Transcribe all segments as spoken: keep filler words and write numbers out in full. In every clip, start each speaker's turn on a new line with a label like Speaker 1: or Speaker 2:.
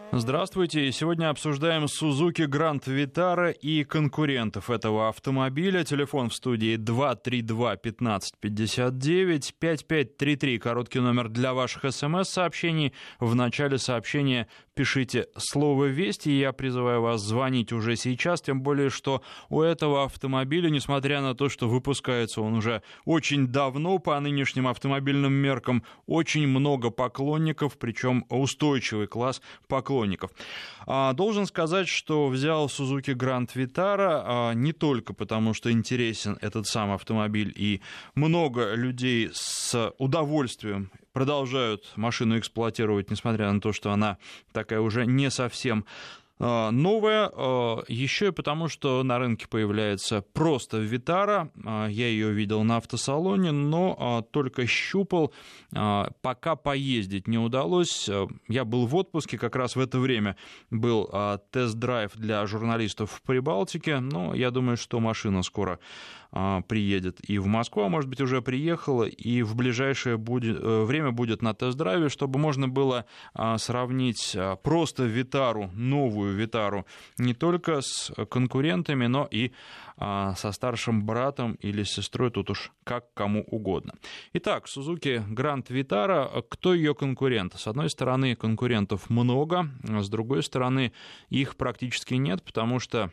Speaker 1: Здравствуйте. Сегодня обсуждаем Suzuki Grand Vitara и конкурентов этого автомобиля. Телефон в студии два три два пятнадцать пятьдесят девять, пять пять три три, короткий номер для ваших смс-сообщений. В начале сообщения пишите слово «Вести», и я призываю вас звонить уже сейчас, тем более, что у этого автомобиля, несмотря на то, что выпускается он уже очень давно по нынешним автомобильным меркам, очень много поклонников, причем устойчивый класс поклонников. Должен сказать, что взял Suzuki Grand Vitara не только потому, что интересен этот сам автомобиль, и много людей с удовольствием продолжают машину эксплуатировать, несмотря на то, что она такая уже не совсем новая, еще и потому, что на рынке появляется просто Vitara. Я ее видел на автосалоне, но только щупал, пока поездить не удалось. Я был в отпуске, как раз в это время был тест-драйв для журналистов в Прибалтике, но я думаю, что машина скоро приедет и в Москву, а может быть уже приехала, и в ближайшее будет, время будет на тест-драйве, чтобы можно было сравнить просто Витару, новую Витару, не только с конкурентами, но и со старшим братом или сестрой, тут уж как кому угодно. Итак, Suzuki Grand Vitara, кто ее конкурент? С одной стороны, конкурентов много, с другой стороны, их практически нет, потому что,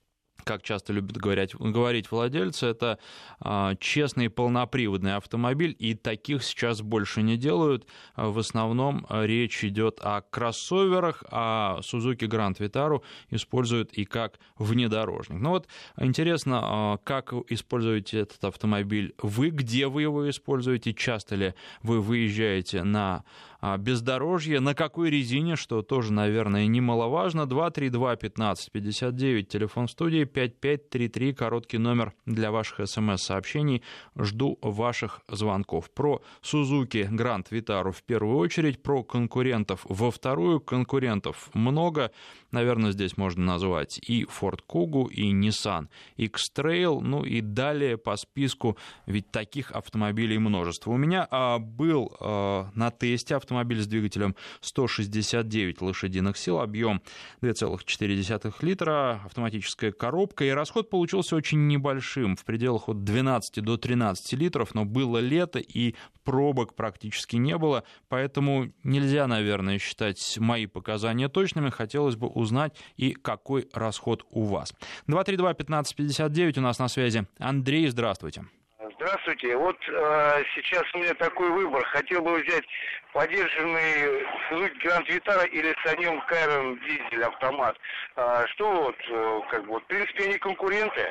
Speaker 1: как часто любят говорить, говорить владельцы, это а, честный полноприводный автомобиль, и таких сейчас больше не делают. В основном речь идет о кроссоверах, а Suzuki Grand Vitara используют и как внедорожник. Ну вот, интересно, а, как используете этот автомобиль вы, где вы его используете, часто ли вы выезжаете на бездорожье, на какой резине, что тоже, наверное, немаловажно. два три два пятнадцать пятьдесят девять, телефон в студии, пять пять три три, короткий номер для ваших смс-сообщений. Жду ваших звонков. Про Suzuki Grand Vitara в первую очередь, про конкурентов во вторую. Конкурентов много. Наверное, здесь можно назвать и Ford Kuga, и Nissan X-Trail, ну и далее по списку, ведь таких автомобилей множество. У меня а, был а, на тесте автомобиль с двигателем сто шестьдесят девять лошадиных сил, объем два целых четыре десятых литра, автоматическая коробка, и расход получился очень небольшим, в пределах от двенадцати до тринадцати литров, но было лето, и пробок практически не было, поэтому нельзя, наверное, считать мои показания точными, хотелось бы узнать и какой расход у вас. два три два пятнадцать пятьдесят девять, у нас на связи Андрей, здравствуйте.
Speaker 2: Здравствуйте. Вот э, сейчас у меня такой выбор. Хотел бы взять подержанный Suzuki Grand Vitara или Sanyong Kairon дизель автомат. Э, что вот, э, как бы, в принципе, они конкуренты.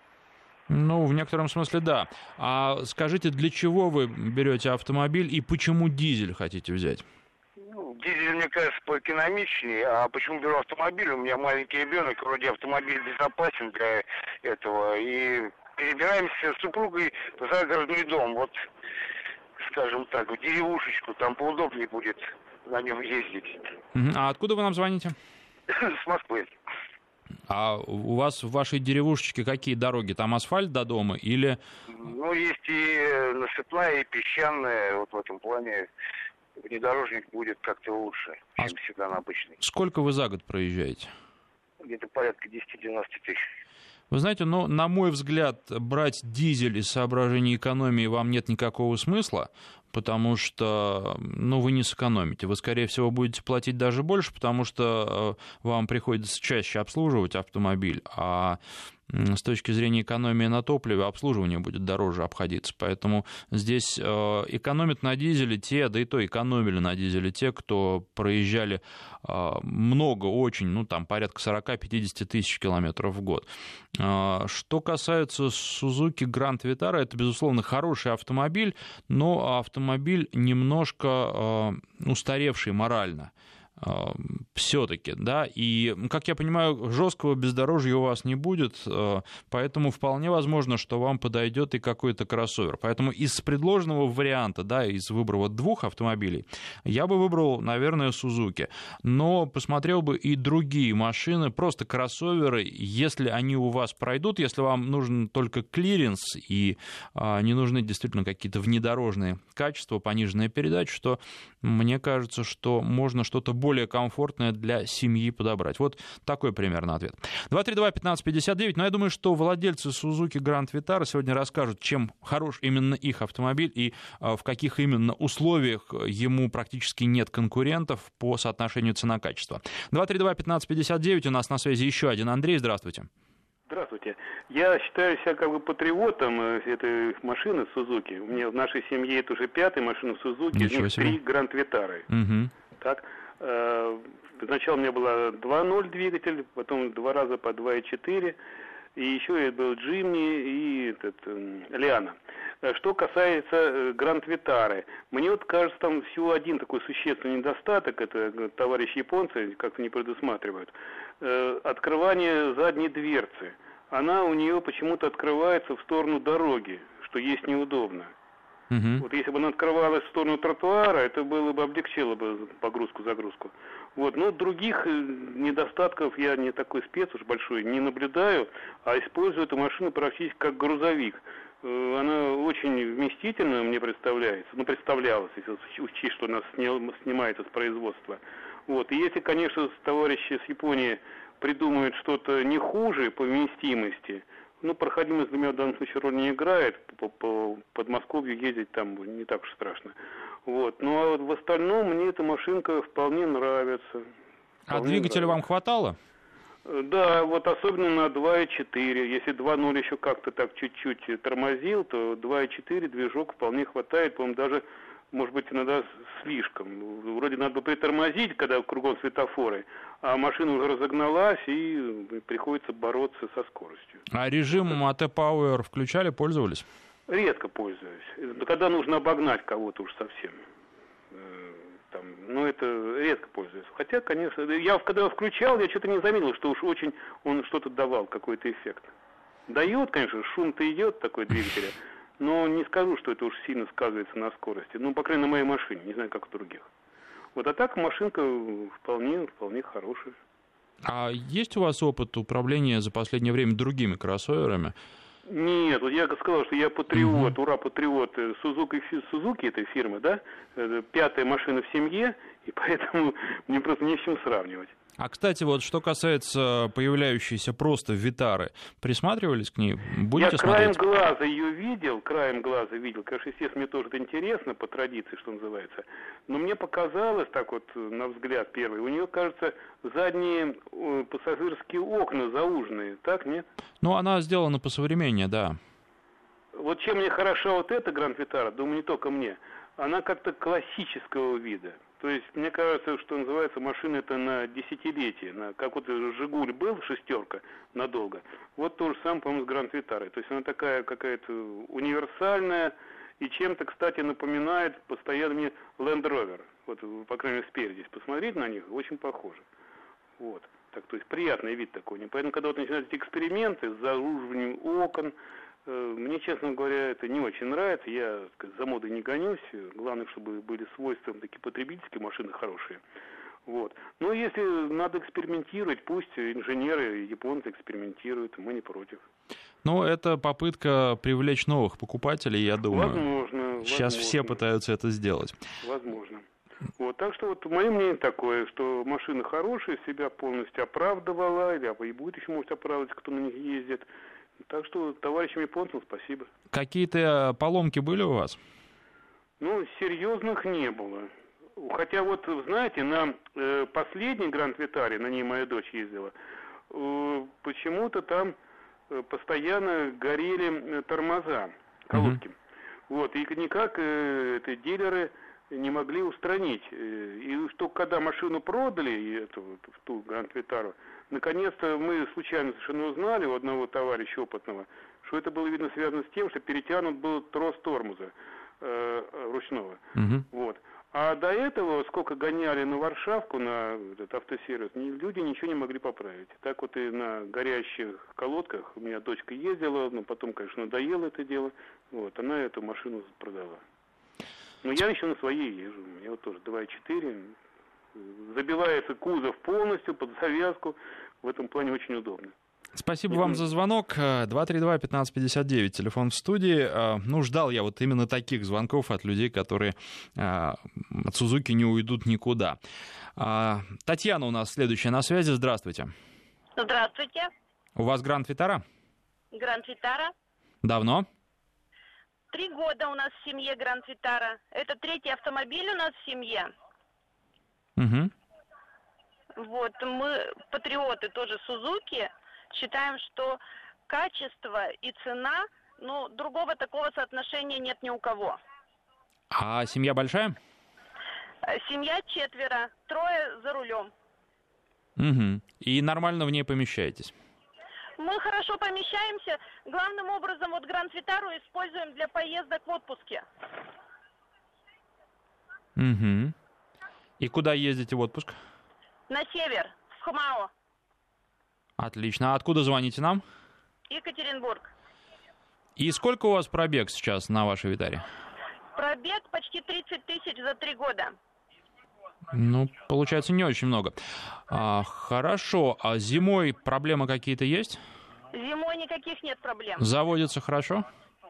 Speaker 1: Ну, в некотором смысле, да. А скажите, для чего вы берете автомобиль и почему дизель хотите взять?
Speaker 2: Ну, дизель, мне кажется, поэкономичнее. А почему беру автомобиль? У меня маленький ребенок, вроде автомобиль безопасен для этого. И перебираемся с супругой в загородный дом. Вот, скажем так, в деревушечку. Там поудобнее будет на нем ездить.
Speaker 1: А откуда вы нам звоните?
Speaker 2: С Москвы.
Speaker 1: А у вас в вашей деревушечке какие дороги? Там асфальт до дома или...
Speaker 2: Ну, есть и насыпная, и песчаная. Вот в этом плане внедорожник будет как-то лучше, чем а седан обычный.
Speaker 1: Сколько вы за год проезжаете?
Speaker 2: Где-то порядка десять-двенадцать тысяч.
Speaker 1: Вы знаете, ну, на мой взгляд, брать дизель из соображений экономии вам нет никакого смысла, потому что, ну, вы не сэкономите. Вы, скорее всего, будете платить даже больше, потому что вам приходится чаще обслуживать автомобиль, а с точки зрения экономии на топливе обслуживание будет дороже обходиться. Поэтому здесь экономят на дизеле те, да и то экономили на дизеле те, кто проезжали много, очень, ну, там, порядка сорок-пятьдесят тысяч километров в год. Что касается Suzuki Grand Vitara, это, безусловно, хороший автомобиль, но автомобиль немножко устаревший морально. Все-таки, да, и, как я понимаю, жесткого бездорожья у вас не будет, поэтому вполне возможно, что вам подойдет и какой-то кроссовер. Поэтому из предложенного варианта, да, из выбора вот двух автомобилей, я бы выбрал, наверное, Suzuki, но посмотрел бы и другие машины, просто кроссоверы, если они у вас пройдут, если вам нужен только клиренс и не нужны действительно какие-то внедорожные качества, пониженная передача, то мне кажется, что можно что-то более комфортное для семьи подобрать. Вот такой примерно ответ. два три два пятнадцать пятьдесят девять. Но я думаю, что владельцы Suzuki Grand Vitara сегодня расскажут, чем хорош именно их автомобиль и в каких именно условиях ему практически нет конкурентов по соотношению цена-качество. два три два пятнадцать пятьдесят девять. У нас на связи еще один Андрей. Здравствуйте.
Speaker 3: Здравствуйте. Я считаю себя как бы патриотом этой машины Suzuki. У меня в нашей семье это уже пятая машина Suzuki, из них три Grand Vitara.
Speaker 1: Угу.
Speaker 3: Так, э, сначала у меня была два ноль двигатель, потом два раза по два и четыре, и еще и был Jimny и этот, э, Liana. Что касается Grand Vitara, мне вот кажется, там всего один такой существенный недостаток, это товарищи японцы как-то не предусматривают. Э, открывание задней дверцы. Она у нее почему-то открывается в сторону дороги, что есть неудобно. Uh-huh. Вот если бы она открывалась в сторону тротуара, это было бы облегчило бы погрузку-загрузку. Вот, но других недостатков я не такой спец уж большой не наблюдаю, а использую эту машину практически как грузовик. Она очень вместительная мне представляется, ну представлялась, если учесть, что она снимается с производства. Вот, и если, конечно, товарищи с Японии придумают что-то не хуже по вместимости, ну, проходимость для меня в данном случае роли не играет, по, по Подмосковью ездить там не так уж страшно. Вот, ну, а вот в остальном мне эта машинка вполне нравится.
Speaker 1: А двигателя вам хватало?
Speaker 3: Да, вот особенно на два и четыре. Если два ноль еще как-то так чуть-чуть тормозил, то два и четыре движок вполне хватает, по-моему, даже, может быть, иногда слишком. Вроде надо притормозить, когда кругом светофоры, а машина уже разогналась и приходится бороться со скоростью.
Speaker 1: А режим эй ти Power включали, пользовались?
Speaker 3: Редко пользуюсь. Когда нужно обогнать кого-то уж совсем. Там, ну, это редко пользуюсь. Хотя, конечно, я когда включал, я что-то не заметил, что уж очень он что-то давал, какой-то эффект. Дает, конечно, шум-то идет такой двигателя, но не скажу, что это уж сильно сказывается на скорости. Ну, по крайней мере, на моей машине, не знаю, как у других. Вот, а так машинка вполне, вполне хорошая.
Speaker 1: А есть у вас опыт управления за последнее время другими кроссоверами?
Speaker 3: Нет, вот я сказал, что я патриот, ура, патриот Suzuki, Suzuki этой фирмы, да, пятая машина в семье, и поэтому мне просто не с чем сравнивать.
Speaker 1: А, кстати, вот что касается появляющейся просто Витары, присматривались к ней? Будете
Speaker 3: Я
Speaker 1: смотреть?
Speaker 3: краем глаза ее видел, краем глаза видел. Конечно, естественно, мне тоже это интересно, по традиции, что называется. Но мне показалось, так вот, на взгляд первый, у нее, кажется, задние пассажирские окна зауженные, так, нет?
Speaker 1: Ну, она сделана посовременнее, да.
Speaker 3: Вот чем мне хороша вот эта Grand Vitara, думаю, не только мне, она как-то классического вида. То есть, мне кажется, что называется, машина это на десятилетие. На, как вот «Жигуль» был, шестерка, надолго. Вот то же самое, по-моему, с Grand Vitara. То есть, она такая какая-то универсальная и чем-то, кстати, напоминает постоянно мне Land Rover. Вот, по крайней мере, спереди. Если посмотреть на них, очень похоже. Вот. Так, то есть, приятный вид такой. Поэтому, когда вот начинаются эти эксперименты с зауживанием окон, мне, честно говоря, это не очень нравится. Я, так сказать, за модой не гонюсь. Главное, чтобы были свойства такие потребительские машины хорошие. Вот. Но если надо экспериментировать, пусть инженеры японцы экспериментируют, мы не против.
Speaker 1: Ну, это попытка привлечь новых покупателей, я думаю.
Speaker 3: Возможно.
Speaker 1: Сейчас
Speaker 3: возможно.
Speaker 1: все пытаются это сделать.
Speaker 3: Возможно. Вот, так что вот мое мнение такое, что машина хорошая, себя полностью оправдывала, и будет еще, может, оправдывать, кто на них ездит. Так что товарищам японцам спасибо.
Speaker 1: Какие-то поломки были у вас?
Speaker 3: Ну, серьезных не было. Хотя вот, знаете, на э, последней Grand Vitara, на ней моя дочь ездила, э, почему-то там э, постоянно горели э, тормоза, колодки. Mm-hmm. Вот, и никак э, это дилеры не могли устранить. И что когда машину продали, эту, в ту Grand Vitara, наконец-то мы случайно совершенно узнали у одного товарища опытного, что это было, видно, связано с тем, что перетянут был трос тормоза э, ручного. Uh-huh. Вот. А до этого, сколько гоняли на Варшавку, на этот автосервис, люди ничего не могли поправить. Так вот и на горящих колодках у меня дочка ездила, но потом, конечно, надоело это дело. Вот, она эту машину продала. Но я еще на своей езжу. У меня вот тоже два и четыре. Забивается кузов полностью под завязку. В этом плане очень удобно.
Speaker 1: Спасибо вам за звонок. два три два пятнадцать пятьдесят девять, телефон в студии. Ну, ждал я вот именно таких звонков от людей, которые от Сузуки не уйдут никуда. Татьяна у нас следующая на связи. Здравствуйте.
Speaker 4: Здравствуйте.
Speaker 1: У вас Гранд Витара?
Speaker 4: Гранд Витара.
Speaker 1: Давно?
Speaker 4: Три года у нас в семье Гранд Витара. Это третий автомобиль у нас в семье.
Speaker 1: Угу.
Speaker 4: Вот, мы, патриоты тоже Сузуки, считаем, что качество и цена, ну, другого такого соотношения нет ни у кого.
Speaker 1: А семья большая?
Speaker 4: Семья четверо, трое за рулем.
Speaker 1: Угу. И нормально в ней помещаетесь?
Speaker 4: Мы хорошо помещаемся. Главным образом вот Гранд Витару используем для поездок в отпуске.
Speaker 1: Угу. И куда ездите в отпуск?
Speaker 4: На север, в Хмао.
Speaker 1: Отлично. А откуда звоните нам?
Speaker 4: Екатеринбург.
Speaker 1: И сколько у вас пробег сейчас на вашей Витаре?
Speaker 4: Пробег почти тридцать тысяч за три года.
Speaker 1: Ну, получается, не очень много. А, хорошо. А зимой проблемы какие-то есть?
Speaker 4: Зимой никаких нет проблем.
Speaker 1: Заводится хорошо?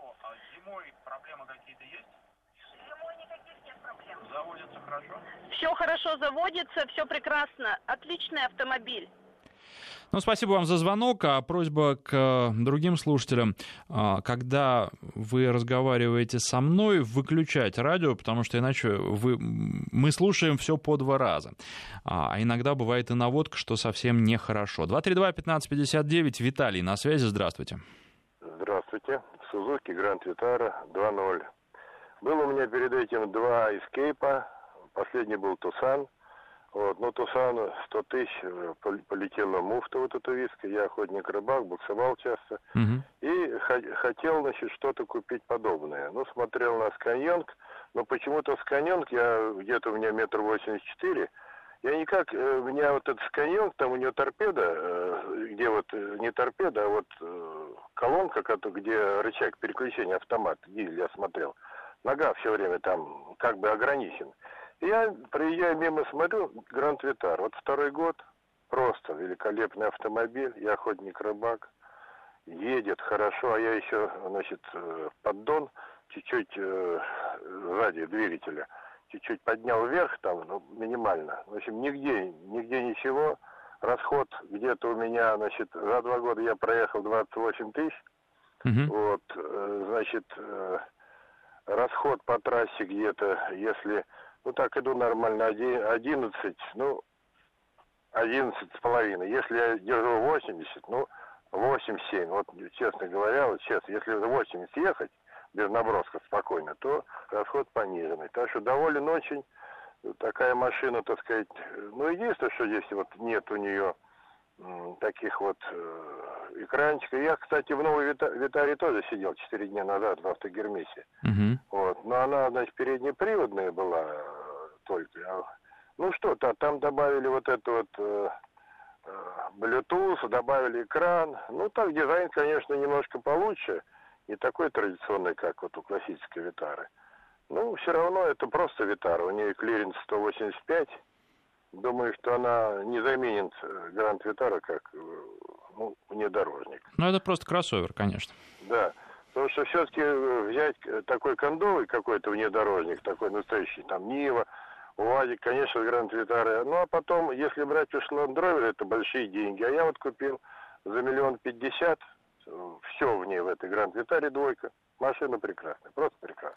Speaker 4: Все хорошо заводится, все прекрасно. Отличный автомобиль.
Speaker 1: Ну, спасибо вам за звонок. А просьба к другим слушателям, когда вы разговариваете со мной, выключать радио, потому что иначе вы... мы слушаем все по два раза. А иногда бывает и наводка, что совсем нехорошо. два три два пятнадцать пятьдесят девять. Виталий на связи. Здравствуйте.
Speaker 5: Здравствуйте. Сузуки Гранд Витара два ноль. Было у меня перед этим два эскейпа. Последний был Тусан. Вот, ну, Тусан сто тысяч, полетела муфта вот эта виска, я охотник-рыбак, буксовал часто, uh-huh. и х- хотел, значит, что-то купить подобное. Ну, смотрел на Сканьонг, но почему-то Сканьонг, я где-то у меня метр восемьдесят четыре, я никак, у меня вот этот Сканьонг, там у него торпеда, где вот, не торпеда, а вот колонка, где рычаг переключения, автомат, дизель я смотрел, нога все время там как бы ограничен. Я, приезжаю мимо, смотрю, Гранд Витар. Вот второй год, просто великолепный автомобиль, я охотник-рыбак, едет хорошо, а я еще, значит, поддон чуть-чуть э, сзади двигателя, чуть-чуть поднял вверх, там, ну, минимально. В общем, нигде, нигде ничего. Расход где-то у меня, значит, за два года я проехал двадцать восемь тысяч. Uh-huh. Вот, э, значит, э, расход по трассе где-то, если... Ну, так иду нормально, одиннадцать, ну, одиннадцать с половиной. Если я держу восемьдесят, ну, восемь-семь. Вот, честно говоря, вот сейчас, если за восемьдесят ехать, без наброска спокойно, то расход пониженный. Так что доволен очень. Такая машина, так сказать, ну, единственное, что здесь вот нет у нее м, таких вот э, экранчиков. Я, кстати, в новой Вита- Витаре тоже сидел четыре дня назад в автогермесе. Uh-huh. Вот. Но она, значит, переднеприводная была только. Ну что, -то, там добавили вот это вот э, э, Bluetooth, добавили экран. Ну, так дизайн, конечно, немножко получше. Не такой традиционный, как вот у классической Витары. Ну, все равно это просто Витара. У нее клиренс сто восемьдесят пять. Думаю, что она не заменит Гранд Витара как, ну, внедорожник.
Speaker 1: Ну, это просто кроссовер, конечно.
Speaker 5: Да. Потому что все-таки взять такой кондовый какой-то внедорожник, такой настоящий, там, Нива, УАЗик, конечно, Гранд Витара. Ну, а потом, если брать уж Land Rover, это большие деньги. А я вот купил за миллион пятьдесят, все в ней, в этой Гранд Витаре двойка. Машина прекрасная, просто прекрасная.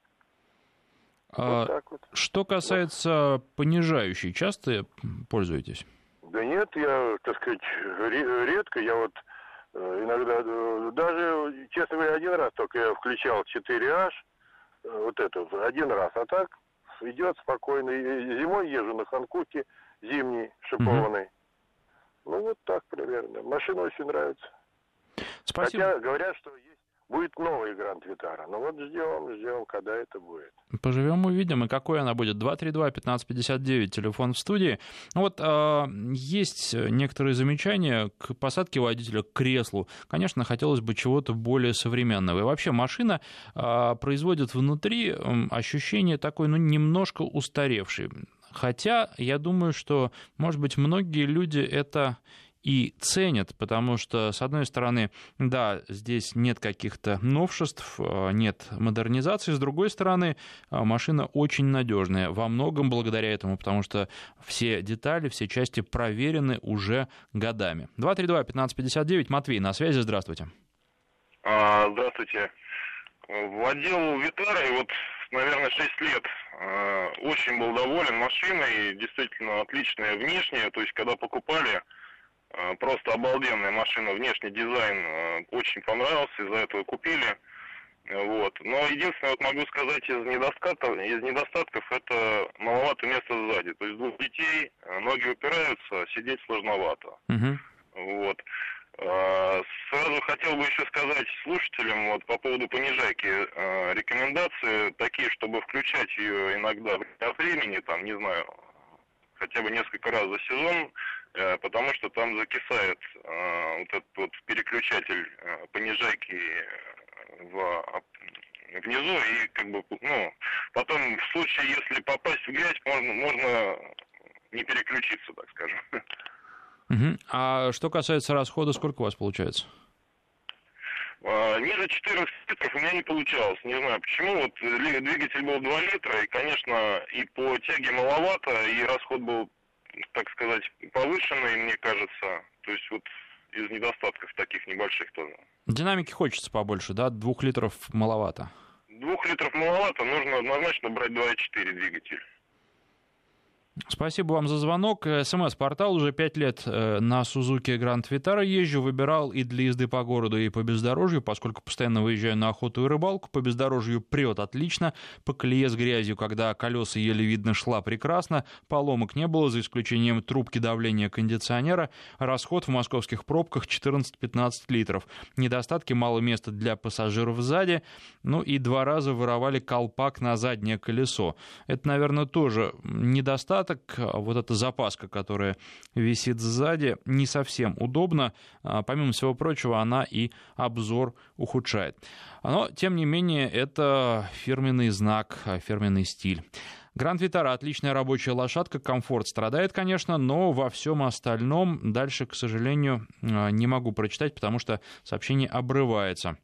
Speaker 1: А вот так вот. Что касается понижающей, часто пользуетесь?
Speaker 5: Да нет, я, так сказать, редко. Я вот иногда, даже, честно говоря, один раз только я включал четыре аш, вот это, один раз. А так идет спокойно. И зимой езжу на Ханкуке, зимний, шипованный. Угу. Ну, вот так примерно. Машина очень нравится.
Speaker 1: Спасибо.
Speaker 5: Хотя говорят, что есть, будет новый Гранд Витара. Ну вот ждем, ждем, когда это будет.
Speaker 1: Поживем, увидим. И какой она будет? два три два пятнадцать пятьдесят девять, телефон в студии. Ну вот э, есть некоторые замечания к посадке водителя к креслу. Конечно, хотелось бы чего-то более современного. И вообще машина э, производит внутри э, ощущение такой, ну, немножко устаревшей. Хотя, я думаю, что, может быть, многие люди это и ценят, потому что, с одной стороны, да, здесь нет каких-то новшеств, нет модернизации, с другой стороны, машина очень надежная, во многом благодаря этому, потому что все детали, все части проверены уже годами. два три два пятнадцать пятьдесят девять, Матвей на связи, здравствуйте.
Speaker 6: А, здравствуйте. Владел Витарой, вот, наверное, шесть лет. Очень был доволен машиной, действительно отличная внешняя, то есть, когда покупали, просто обалденная машина, внешний дизайн очень понравился, из-за этого купили. Вот. Но единственное, вот могу сказать, из недостатков, из недостатков это маловато места сзади. То есть двух детей, ноги упираются, сидеть сложновато. Uh-huh. Вот. Сразу хотел бы еще сказать слушателям вот, по поводу понижайки. Рекомендации такие, чтобы включать ее иногда от времени, там, не знаю, хотя бы несколько раз за сезон, потому что там закисает вот этот вот переключатель понижайки в, внизу, и как бы, ну, потом в случае, если попасть в грязь, можно, можно не переключиться, так скажем.
Speaker 1: Угу. А что касается расхода, сколько у вас получается?
Speaker 6: А, ниже четырнадцати литров у меня не получалось. Не знаю почему. Вот двигатель был два литра, и, конечно, и по тяге маловато, и расход был, так сказать, повышенный, мне кажется. То есть вот из недостатков таких небольших тоже.
Speaker 1: Динамики хочется побольше, да? Двух литров маловато.
Speaker 6: Двух литров маловато, нужно однозначно брать два и четыре двигатель.
Speaker 1: Спасибо вам за звонок. СМС-портал. Уже пять лет на Suzuki Grand Vitara езжу. Выбирал и для езды по городу, и по бездорожью, поскольку постоянно выезжаю на охоту и рыбалку. По бездорожью прет отлично. По колее с грязью, когда колеса еле видно, шла прекрасно. Поломок не было, за исключением трубки давления кондиционера. Расход в московских пробках четырнадцать-пятнадцать литров. Недостатки: мало места для пассажиров сзади. Ну и два раза воровали колпак на заднее колесо. Это, наверное, тоже недостаток. Вот эта запаска, которая висит сзади, не совсем удобно. Помимо всего прочего, она и обзор ухудшает. Но, тем не менее, это фирменный знак, фирменный стиль. Grand Vitara — отличная рабочая лошадка, комфорт страдает, конечно, но во всем остальном дальше, к сожалению, не могу прочитать, потому что сообщение обрывается.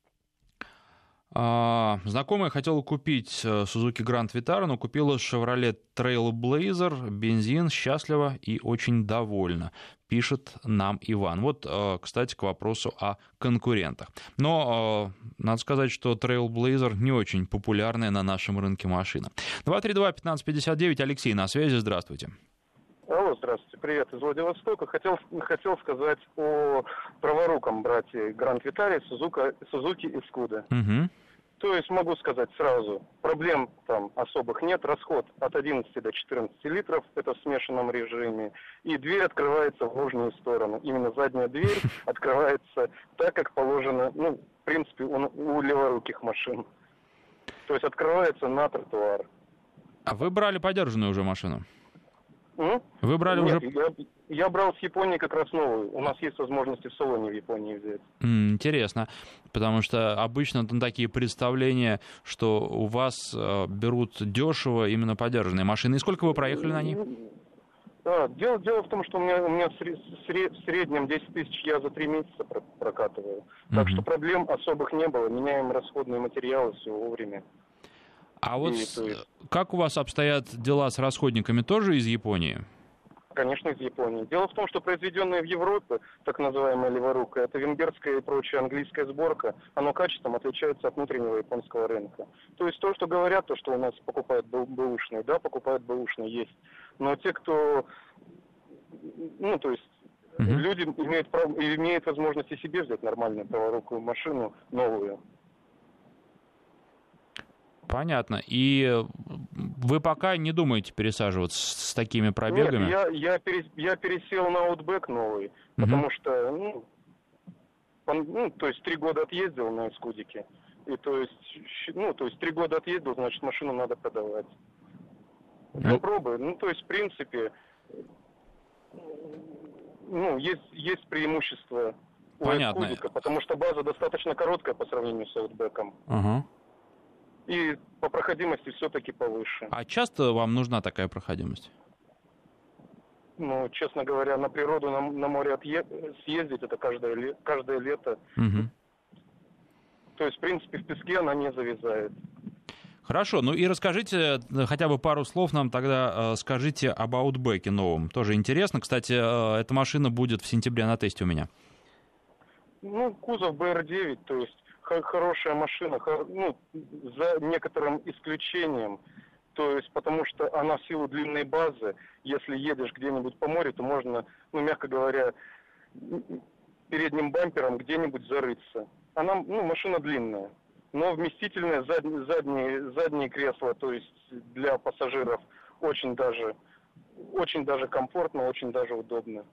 Speaker 1: Знакомая хотела купить Suzuki Grand Vitara, но купила Chevrolet Trailblazer, бензин, счастлива и очень довольна, пишет нам Иван. Вот, кстати, к вопросу о конкурентах. Но надо сказать, что Trailblazer не очень популярная на нашем рынке машина. два три два пятнадцать пятьдесят девять, Алексей на связи, здравствуйте.
Speaker 7: Алло, здравствуйте, привет из Владивостока. Хотел, хотел сказать о праворуком брате Grand Vitara Suzuki, Suzuki и Skoda. Угу. То есть могу сказать сразу, проблем там особых нет, расход от одиннадцати до четырнадцати литров, это в смешанном режиме, и дверь открывается в нужную сторону. Именно задняя дверь открывается так, как положено, ну, в принципе, у, у леворуких машин. То есть открывается на тротуар.
Speaker 1: А вы брали подержанную уже машину?
Speaker 7: М?
Speaker 1: Вы брали
Speaker 7: Нет,
Speaker 1: уже...
Speaker 7: Я, я брал с Японии как раз новую. У нас есть возможности в салоне в Японии взять.
Speaker 1: Интересно, потому что обычно там такие представления, что у вас э, берут дешево именно подержанные машины. И сколько вы проехали на них?
Speaker 7: Да, дело, дело в том, что у меня, у меня в, сред, в среднем десять тысяч я за три месяца прокатываю. Так mm-hmm. что проблем особых не было. Меняем расходные материалы, все вовремя.
Speaker 1: А вот и, с... есть... как у вас обстоят дела с расходниками, тоже из Японии?
Speaker 7: Конечно, из Японии. Дело в том, что произведенная в Европе, так называемая леворука, это венгерская и прочая английская сборка, оно качеством отличается от внутреннего японского рынка. То есть то, что говорят, то, что у нас покупают бэушные, да, покупают бэушные, есть. Но те, кто, ну, то есть, угу. люди имеют, право, имеют возможность и себе взять нормальную праворукую машину, новую.
Speaker 1: Понятно. И вы пока не думаете пересаживаться с такими пробегами?
Speaker 7: Нет, я, я, перес, я пересел на Outback новый, uh-huh. потому что, ну, он, ну, то есть три года отъездил на Эскудике, и то есть, ну, то есть три года отъездил, значит, машину надо продавать. Для ну... пробы, ну, то есть, в принципе, ну, есть, есть преимущество у Эскудика, потому что база достаточно короткая по сравнению с Outback'ом.
Speaker 1: Uh-huh.
Speaker 7: И по проходимости все-таки повыше.
Speaker 1: А часто вам нужна такая проходимость?
Speaker 7: Ну, честно говоря, на природу, на, на море отъе... съездить, это каждое, ле... каждое лето.
Speaker 1: Угу.
Speaker 7: То есть, в принципе, в песке она не завязает.
Speaker 1: Хорошо, ну и расскажите хотя бы пару слов нам тогда, скажите об Outback'е новом. Тоже интересно. Кстати, эта машина будет в сентябре на тесте у меня.
Speaker 7: Ну, кузов бэ эр девять, то есть хорошая машина, ну, за некоторым исключением. То есть, потому что она в силу длинной базы, если едешь где-нибудь по морю, то можно, ну, мягко говоря, передним бампером где-нибудь зарыться. Она, ну, машина длинная, но вместительная, задние, задние, задние кресла, то есть для пассажиров очень даже, очень даже комфортно, очень даже удобно.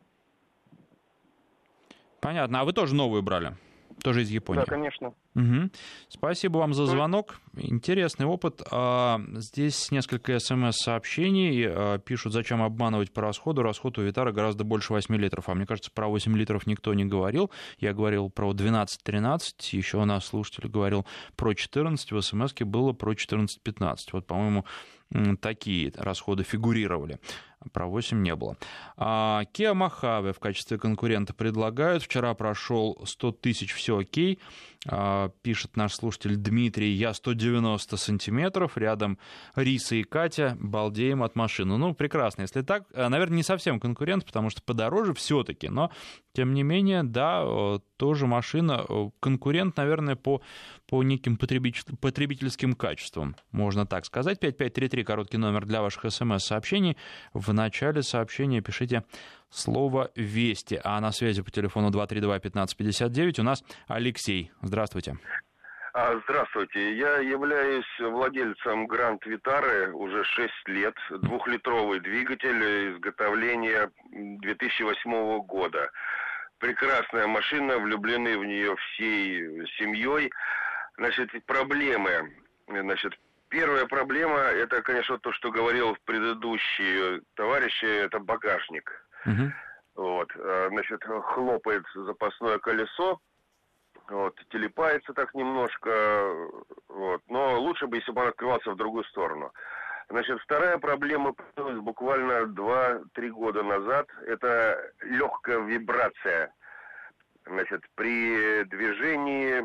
Speaker 1: Понятно. А вы тоже новую брали? Тоже из Японии?
Speaker 7: Да, конечно.
Speaker 1: Угу. Спасибо вам за звонок. Интересный опыт. Здесь несколько смс-сообщений. Пишут, зачем обманывать по расходу. Расход у Витара гораздо больше восьми литров. А мне кажется, про восемь литров никто не говорил. Я говорил про двенадцать-тринадцать. Еще у нас слушатель говорил про четырнадцать. В смс-ке было про четырнадцать-пятнадцать. Вот, по-моему, такие расходы фигурировали. Про восемь не было. Kia Mojave в качестве конкурента предлагают. Вчера прошел сто тысяч, все окей. Пишет наш слушатель Дмитрий. Я сто девяносто сантиметров. Рядом Риса и Катя. Балдеем от машины. Ну, прекрасно. Если так, наверное, не совсем конкурент, потому что подороже все-таки. Но, тем не менее, да, тоже машина. Конкурент, наверное, по, по неким потребитель, потребительским качествам. Можно так сказать. пять пять три три, короткий номер для ваших смс-сообщений. В начале сообщения пишите слово «Вести». А на связи по телефону два три два пятнадцать пятьдесят девять у нас Алексей. Здравствуйте.
Speaker 5: Здравствуйте. Я являюсь владельцем Гранд Витары уже шесть лет. Двухлитровый двигатель изготовления две тысячи восьмого года. Прекрасная машина, влюблены в нее всей семьей. Значит, проблемы. Значит, первая проблема, это, конечно, то, что говорил предыдущий товарищ, это багажник. Uh-huh. Вот, значит, хлопает запасное колесо, вот, телепается так немножко, вот, но лучше бы, если бы он открывался в другую сторону. Значит, вторая проблема появилась буквально два-три года назад, это легкая вибрация, значит, при движении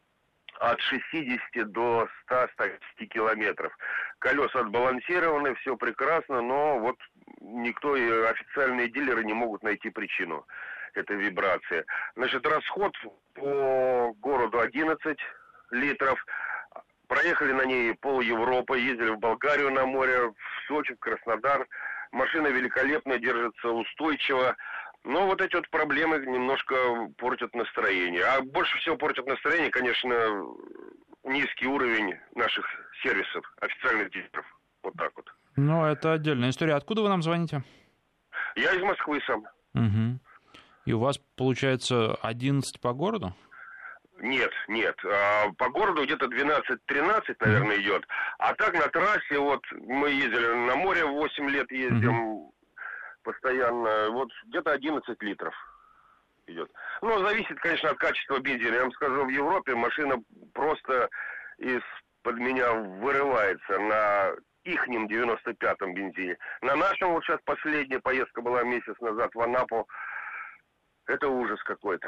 Speaker 5: от шестидесяти до ста - ста десяти километров. Колеса отбалансированы, все прекрасно, но вот никто, и официальные дилеры не могут найти причину этой вибрации. Значит, расход по городу одиннадцать литров. Проехали на ней пол Европы, ездили в Болгарию на море, в Сочи, в Краснодар. Машина великолепная, держится устойчиво. Но вот эти вот проблемы немножко портят настроение. А больше всего портят настроение, конечно, низкий уровень наших сервисов, официальных дилеров. Вот так вот.
Speaker 1: Ну, это отдельная история. Откуда вы нам звоните?
Speaker 5: Я из Москвы сам.
Speaker 1: Угу. И у вас, получается, одиннадцать по городу?
Speaker 5: Нет, нет. По городу где-то двенадцать-тринадцать, наверное, mm-hmm. идет. А так на трассе, вот мы ездили на море, восемь лет ездим mm-hmm. постоянно, вот где-то одиннадцать литров идет. Ну, зависит, конечно, от качества бензина. Я вам скажу, в Европе машина просто из-под меня вырывается на ихнем девяносто пятом бензине. На нашем, вот сейчас последняя поездка была месяц назад в Анапу, это ужас какой-то.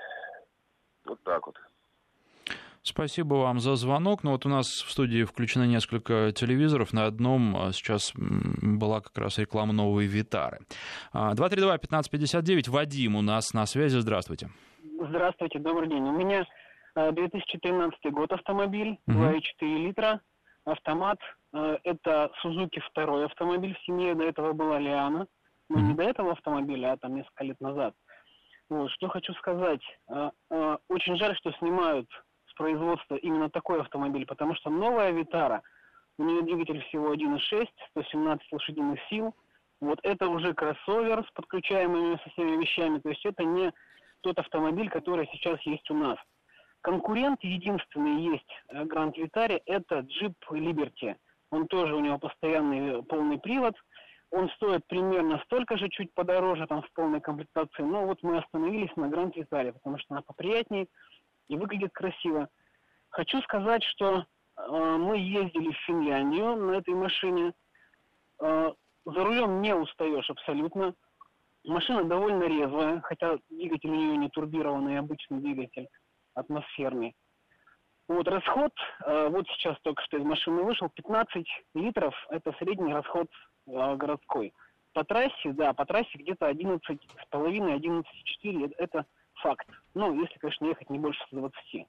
Speaker 5: Вот так вот.
Speaker 1: Спасибо вам за звонок. Ну вот у нас в студии включено несколько телевизоров. На одном сейчас была как раз реклама новой Витары. два три два пятнадцать пятьдесят девять. Вадим у нас на связи. Здравствуйте.
Speaker 8: Здравствуйте, добрый день. У меня две тысячи тринадцатый год автомобиль, два и четыре литра, автомат. Это Suzuki второй автомобиль в семье. До этого была Лиана. Но mm-hmm. не до этого автомобиля, а там несколько лет назад. Вот, что хочу сказать. Очень жаль, что снимают с производства именно такой автомобиль, потому что новая Витара, у нее двигатель всего один и шесть, сто семнадцать лошадиных сил. Вот это уже кроссовер с подключаемыми со всеми вещами. То есть это не тот автомобиль, который сейчас есть у нас. Конкурент единственный есть Гранд Витаре, это Jeep Liberty. Он тоже, у него постоянный полный привод. Он стоит примерно столько же, чуть подороже, там, в полной комплектации. Но вот мы остановились на Гранд Витаре, потому что она поприятнее и выглядит красиво. Хочу сказать, что э, мы ездили в Финляндию на этой машине. Э, за рулем не устаешь абсолютно. Машина довольно резвая, хотя двигатель у нее не турбированный, обычный двигатель, атмосферный. Вот расход, э, вот сейчас только что из машины вышел, пятнадцать литров, это средний расход э, городской. По трассе, да, по трассе где-то одиннадцать с половиной, одиннадцать целых четыре десятых, это факт. Ну, если, конечно, ехать не больше двадцати.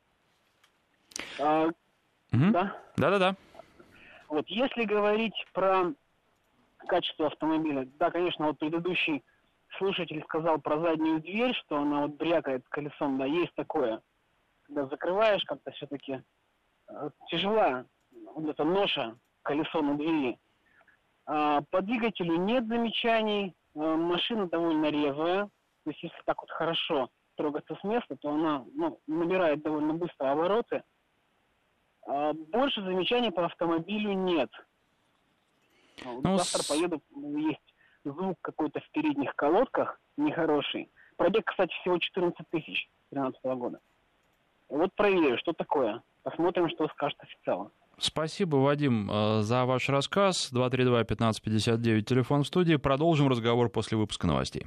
Speaker 8: А,
Speaker 1: угу.
Speaker 8: Да?
Speaker 1: Да-да-да.
Speaker 8: Вот, если говорить про качество автомобиля, да, конечно, вот предыдущий слушатель сказал про заднюю дверь, что она вот брякает колесом, да, есть такое. Когда закрываешь, как-то все-таки э, тяжела вот эта ноша, колесо на двери. А, по двигателю нет замечаний, а, машина довольно резвая, то есть если так вот хорошо трогаться с места, то она ну, набирает довольно быстро обороты. А, больше замечаний по автомобилю нет. Ну, завтра с... поеду, есть звук какой-то в передних колодках нехороший. Пробег, кстати, всего четырнадцать тысяч две тысячи тринадцатого года. Вот проверю, что такое. Посмотрим, что скажет официал.
Speaker 1: Спасибо, Вадим, за ваш рассказ. два три два пятнадцать пятьдесят девять, телефон в студии. Продолжим разговор после выпуска новостей.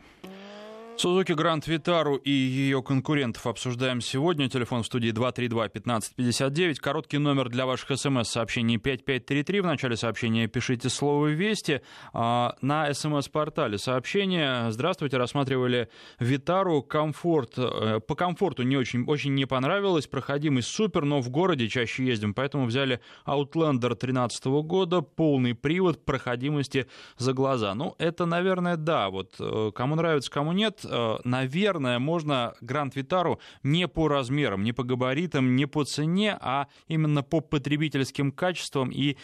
Speaker 1: Suzuki Grand Vitara и ее конкурентов обсуждаем сегодня. Телефон в студии два три два пятнадцать пятьдесят девять. Короткий номер для ваших смс-сообщений пять пять три три. В начале сообщения пишите слово «Вести». А на смс-портале сообщение. Здравствуйте, рассматривали Витару. Комфорт. По комфорту не очень, очень не понравилось. Проходимость супер, но в городе чаще ездим. Поэтому взяли Outlander две тысячи тринадцатого года. Полный привод, проходимости за глаза. Ну, это, наверное, да. Вот кому нравится, кому нет. Наверное, можно Grand Vitara не по размерам, не по габаритам, не по цене, а именно по потребительским качествам и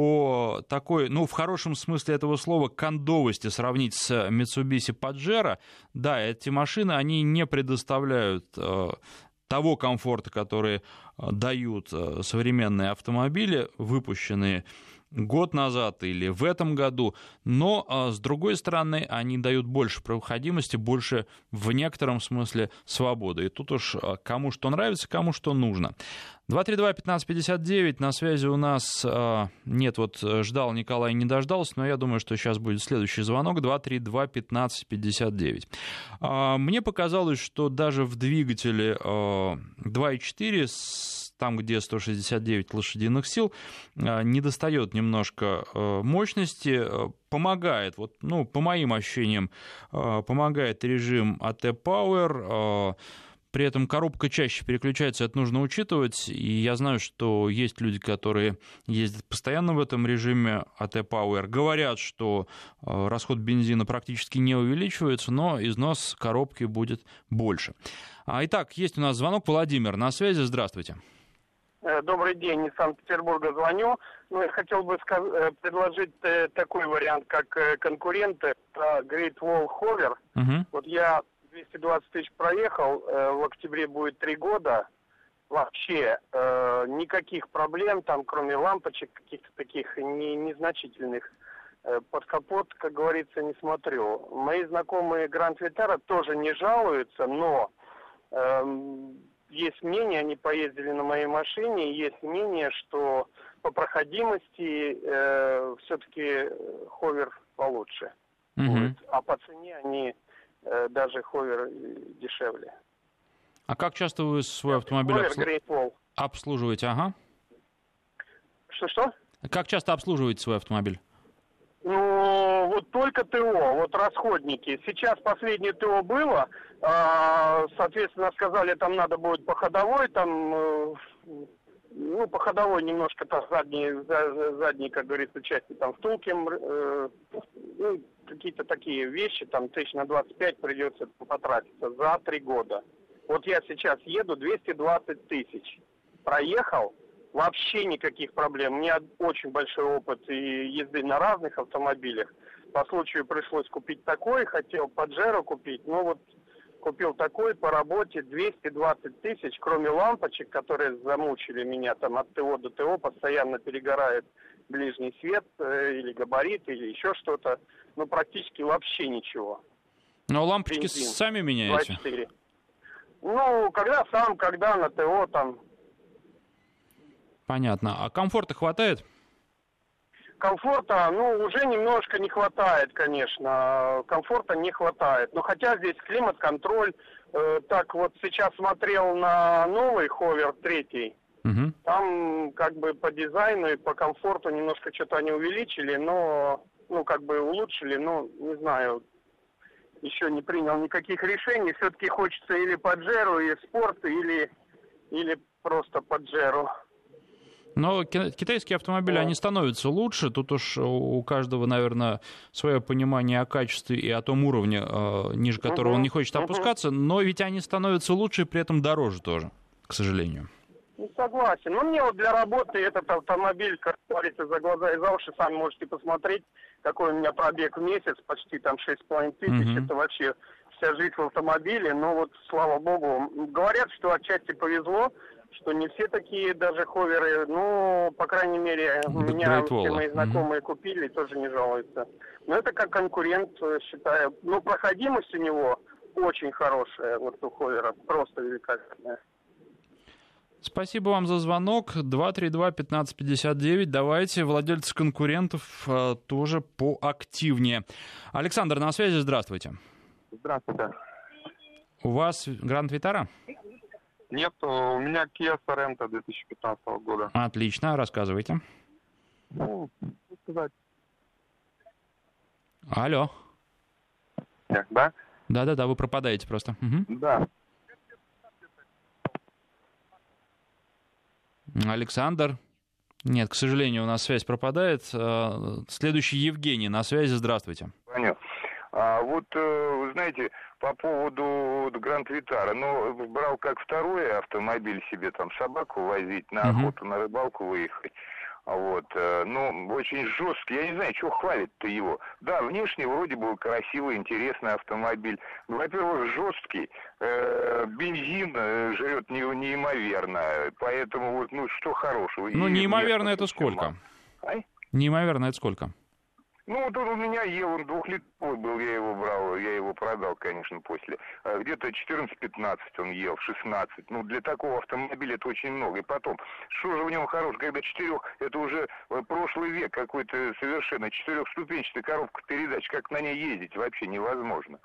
Speaker 1: по такой, ну, в хорошем смысле этого слова, кондовости сравнить с Mitsubishi Pajero. Да, эти машины, они не предоставляют э, того комфорта, который дают современные автомобили, выпущенные год назад или в этом году, но, с другой стороны, они дают больше проходимости, больше, в некотором смысле, свободы. И тут уж кому что нравится, кому что нужно. два три два пятнадцать пятьдесят девять, на связи у нас, нет, вот ждал Николай, не дождался, но я думаю, что сейчас будет следующий звонок, два три два пятнадцать пятьдесят девять. Мне показалось, что даже в двигателе два и четыре, там, где сто шестьдесят девять лошадиных сил, недостает немножко мощности, помогает, вот, ну, по моим ощущениям, помогает режим эй ти Power. При этом коробка чаще переключается, это нужно учитывать. И я знаю, что есть люди, которые ездят постоянно в этом режиме эй ти Power. Говорят, что расход бензина практически не увеличивается, но износ коробки будет больше. Итак, есть у нас звонок. Владимир на связи. Здравствуйте.
Speaker 7: Добрый день, из Санкт-Петербурга звоню. Ну, я хотел бы сказ- предложить такой вариант, как конкуренты. Это Great Wall Hover. Uh-huh. Вот я двести двадцать тысяч проехал, в октябре будет три года. Вообще э, никаких проблем, там, кроме лампочек каких-то таких не, незначительных. Э, под капот, как говорится, не смотрю. Мои знакомые Grand Vitara тоже не жалуются, но э, есть мнение, они поездили на моей машине, есть мнение, что по проходимости э, все-таки Hover получше. Mm-hmm. Вот. А по цене они э, даже Hover дешевле.
Speaker 1: А как часто вы свой автомобиль обслу... обслуживаете? Ага.
Speaker 7: Что-что?
Speaker 1: Как часто обслуживаете свой автомобиль?
Speaker 7: Ну, вот только ТО, вот расходники. Сейчас последнее ТО было, соответственно, сказали, там надо будет по ходовой, там, ну, по ходовой немножко там задние, задние, как говорится, части, там, втулки, ну, какие-то такие вещи, там, тысяч на двадцать пять придется потратиться за три года. Вот я сейчас еду двести двадцать тысяч, проехал, вообще никаких проблем. У меня очень большой опыт и езды на разных автомобилях. По случаю пришлось купить такой, хотел Pajero купить, но вот купил такой по работе двести двадцать тысяч, кроме лампочек, которые замучили меня там от ТО до ТО, постоянно перегорает ближний свет э, или габарит, или еще что-то. Ну, практически вообще ничего.
Speaker 1: Но лампочки Бензин. Сами меняете?
Speaker 7: двадцать четыре. Ну, когда сам, когда на ТО там.
Speaker 1: Понятно. А комфорта хватает?
Speaker 7: комфорта, ну, уже немножко не хватает, конечно. Комфорта не хватает. Но хотя здесь климат-контроль. Э, так вот сейчас смотрел на новый Ховер третий. Угу. Там как бы по дизайну и по комфорту немножко что-то они увеличили, но, ну, как бы улучшили, но, не знаю, еще не принял никаких решений. Все-таки хочется или Паджеро, и спорт, или, или просто Паджеро.
Speaker 1: Но китайские автомобили, они становятся лучше. Тут уж у каждого, наверное, свое понимание о качестве и о том уровне, ниже которого uh-huh. он не хочет опускаться. Uh-huh. Но ведь они становятся лучше и при этом дороже тоже, к сожалению.
Speaker 7: Ну, согласен. Но мне вот для работы этот автомобиль, как говорится, за глаза и за уши, сами можете посмотреть, какой у меня пробег в месяц, почти там шесть с половиной тысяч. Uh-huh. Это вообще вся жизнь в автомобиле. Но вот, слава богу, говорят, что отчасти повезло, что не все такие даже ховеры, ну, по крайней мере, у меня все мои знакомые mm-hmm. купили, тоже не жалуются. Но это как конкурент, считаю. Ну, проходимость у него очень хорошая, вот у ховера, просто великолепная.
Speaker 1: Спасибо вам за звонок. два три два пятнадцать пятьдесят девять. Давайте, владельцы конкурентов, тоже поактивнее. Александр на связи, здравствуйте.
Speaker 9: Здравствуйте.
Speaker 1: У вас Гранд Витара?
Speaker 9: Нет, у меня Kia Sorento две тысячи пятнадцатого года.
Speaker 1: Отлично, рассказывайте.
Speaker 9: Ну, что сказать.
Speaker 1: Алло.
Speaker 9: Нет, да?
Speaker 1: Да-да-да, вы пропадаете просто. Угу.
Speaker 9: Да.
Speaker 1: Александр? Нет, к сожалению, у нас связь пропадает. Следующий Евгений на связи, здравствуйте.
Speaker 5: Понял. А вот, вы знаете, по поводу Гранд Витара, ну, брал как второй автомобиль себе, там, собаку возить, на uh-huh. охоту, на рыбалку выехать. Вот, ну, очень жесткий, я не знаю, что хвалит-то его. Да, внешне вроде бы красивый, интересный автомобиль. Во-первых, жесткий, э, бензин жрет не, неимоверно, поэтому вот, ну, что хорошего.
Speaker 1: Ну, неимоверно это сколько?
Speaker 5: А?
Speaker 1: Неимоверно это сколько?
Speaker 5: Ну, вот он у меня ел, он двухлитровый был, я его брал, я его продал, конечно, после. Где-то четырнадцать-пятнадцать он ел, шестнадцать. Ну, для такого автомобиля это очень много. И потом, что же в нем хорошего, когда четырех, это уже прошлый век какой-то совершенно, четырехступенчатая коробка передач, как на ней ездить вообще невозможно.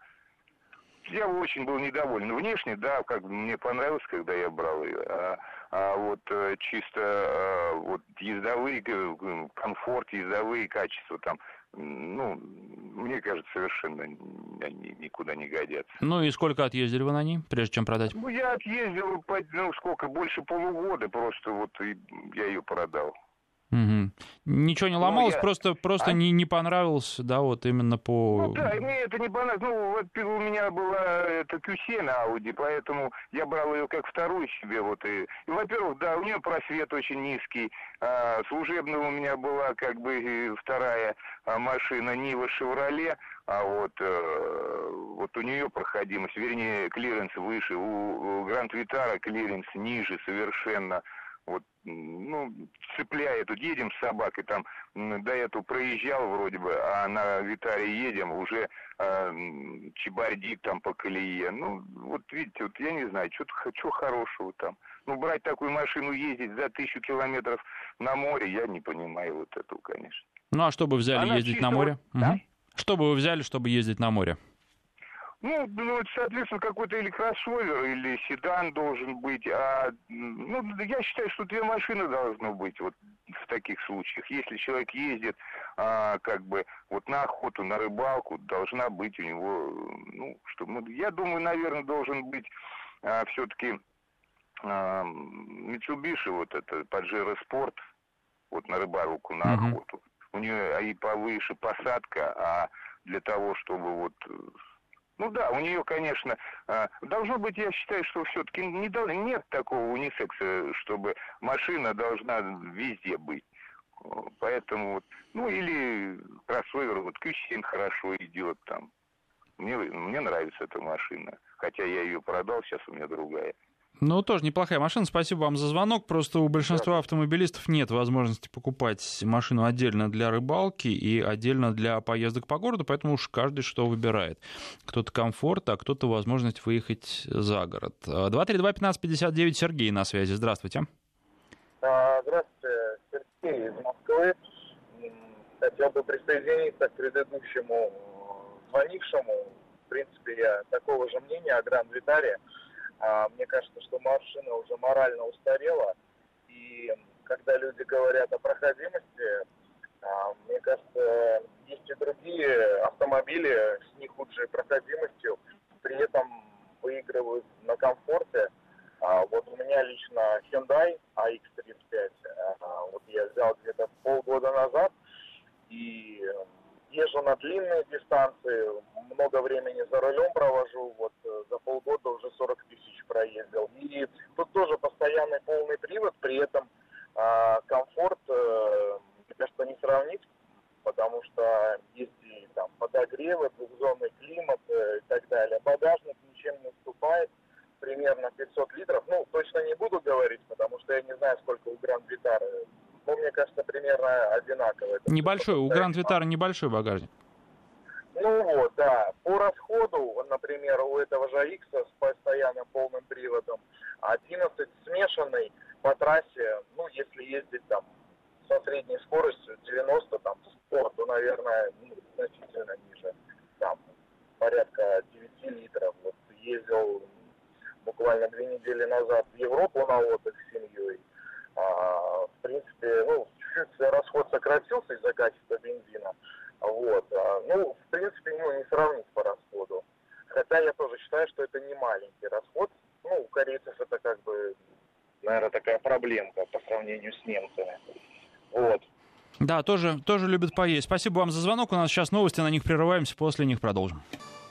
Speaker 5: Я очень был недоволен. Внешне, да, как мне понравилось, когда я брал ее. А, а вот чисто а, вот ездовые, комфорт, ездовые качества там, ну, мне кажется, совершенно они никуда не годятся.
Speaker 1: Ну и сколько отъездили вы на ней, прежде чем продать?
Speaker 5: Ну, я отъездил, ну, сколько, больше полугода просто, вот, и я ее продал.
Speaker 1: Угу. Ничего не ломалось, ну, я... просто, просто а? не, не понравилось, да, вот именно по...
Speaker 5: Ну да, мне это не понравилось. Ну, вот у меня была это кью семь Audi, поэтому я брал ее как вторую себе, вот, и, и во-первых, да, у нее просвет очень низкий, а, служебная у меня была как бы вторая а, машина Нива Шевроле, а вот, э, вот у нее проходимость, вернее, клиренс выше, у, у Гранд Витара клиренс ниже совершенно. Вот, ну, цепляет, вот едем с собакой, там, до этого проезжал вроде бы, а на Витаре едем, уже э, чебардик там по колее. Ну, вот видите, вот я не знаю, что хорошего там. Ну, брать такую машину, ездить за тысячу километров на море, я не понимаю вот этого, конечно.
Speaker 1: Ну, а что бы взяли Она ездить на море?
Speaker 5: Вот, да?
Speaker 1: Угу. Что бы вы взяли, чтобы ездить на море?
Speaker 5: Ну, ну, соответственно, какой-то или кроссовер, или седан должен быть. А, ну, я считаю, что две машины должно быть вот в таких случаях. Если человек ездит, а, как бы, вот на охоту, на рыбалку, должна быть у него, ну, что, ну, я думаю, наверное, должен быть а, все-таки а, Mitsubishi, вот это, Pajero Sport, вот на рыбалку, на uh-huh. охоту. У нее и повыше посадка, а для того, чтобы вот... Ну да, у нее, конечно, должно быть, я считаю, что все-таки не, нет такого унисекса, чтобы машина должна везде быть. Поэтому вот, ну или кроссовер, вот кью семь хорошо идет там. Мне, мне нравится эта машина, хотя я ее продал, сейчас у меня другая.
Speaker 1: Ну, тоже неплохая машина. Спасибо вам за звонок. Просто у большинства да. автомобилистов нет возможности покупать машину отдельно для рыбалки и отдельно для поездок по городу, поэтому уж каждый что выбирает. Кто-то комфорт, а кто-то возможность выехать за город. два три два пятнадцать пятьдесят девять, Сергей на связи. Здравствуйте.
Speaker 10: Здравствуйте, Сергей из Москвы. хотел бы присоединиться к предыдущему звонившему. В принципе, я такого же мнения о Гранд Витаре. Мне кажется, что машина уже морально устарела. И когда люди говорят о проходимости, мне кажется, есть и другие автомобили с не худшей проходимостью, при этом выигрывают на комфорте. Вот у меня лично Hyundai эй икс тридцать пять, вот я взял где-то полгода назад, и езжу на длинные дистанции, много времени за рулем провожу, вот за полгода уже сорок тысяч проездил. И тут тоже постоянный полный привод, при этом э, комфорт, э, мне кажется, не сравнить, потому что есть и там подогревы, двухзонный климат э, и так далее. Багажник ничем не уступает, примерно пятьсот литров. Ну, точно не буду говорить, потому что я не знаю, сколько у Гранд Витара. Ну, мне кажется, примерно одинаково.
Speaker 1: Небольшой, у Гранд Витара небольшой багажник.
Speaker 10: Ну вот, да. По расходу, например, у этого же X с постоянным полным приводом одиннадцать смешанный по трассе, ну, если ездить там со средней скоростью девяносто, там, спорт, то, наверное, ну, значительно ниже. Там, порядка девять литров. Вот ездил буквально две недели назад в Европу на отдых с семьей. А, в принципе, ну, чуть-чуть расход сократился из-за качества бензина. Вот. А, ну, в принципе, ну, не сравнить по расходу. Хотя я тоже считаю, что это не маленький расход. Ну, у корейцев это как бы, наверное, такая проблемка по сравнению с немцами. Вот.
Speaker 1: Да, тоже, тоже любят поесть. Спасибо вам за звонок. У нас сейчас новости, на них прерываемся, после них продолжим.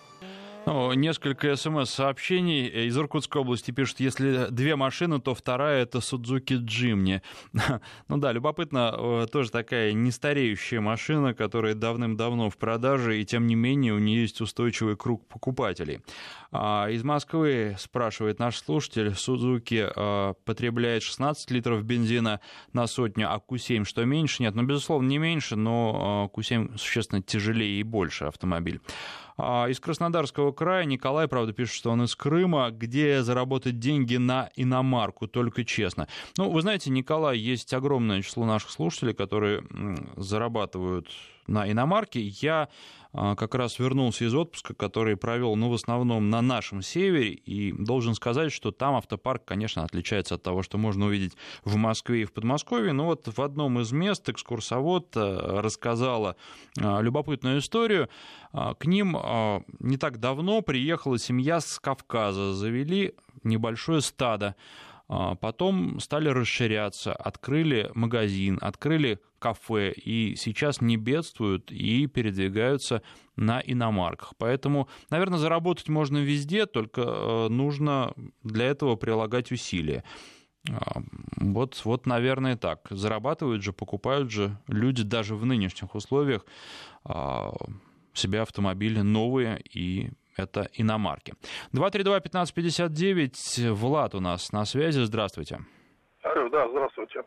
Speaker 1: Ну, несколько смс-сообщений из Иркутской области пишут, если две машины, то вторая — это Suzuki Jimny. Ну да, любопытно, тоже такая нестареющая машина, которая давным-давно в продаже, и тем не менее у нее есть устойчивый круг покупателей. Из Москвы спрашивает наш слушатель, Suzuki потребляет шестнадцать литров бензина на сотню, а ку семь что меньше? Нет, ну, безусловно, не меньше, но ку семь существенно тяжелее и больше автомобиль. Из Краснодарского края Николай, правда, пишет, что он из Крыма, где заработать деньги на иномарку, только честно. Ну, вы знаете, Николай, есть огромное число наших слушателей, которые зарабатывают на иномарке. Я как раз вернулся из отпуска, который провел, ну, в основном на нашем севере, и должен сказать, что там автопарк, конечно, отличается от того, что можно увидеть в Москве и в Подмосковье. Но вот в одном из мест экскурсовод рассказала любопытную историю. К ним не так давно приехала семья с Кавказа, завели небольшое стадо. Потом стали расширяться, открыли магазин, открыли кафе, и сейчас не бедствуют и передвигаются на иномарках. Поэтому, наверное, заработать можно везде, только нужно для этого прилагать усилия. Вот, вот, наверное, так. Зарабатывают же, покупают же люди даже в нынешних условиях себе автомобили новые, и это иномарки. два три два пятнадцать пятьдесят девять. Влад у нас на связи. Здравствуйте.
Speaker 11: Алло, да, здравствуйте.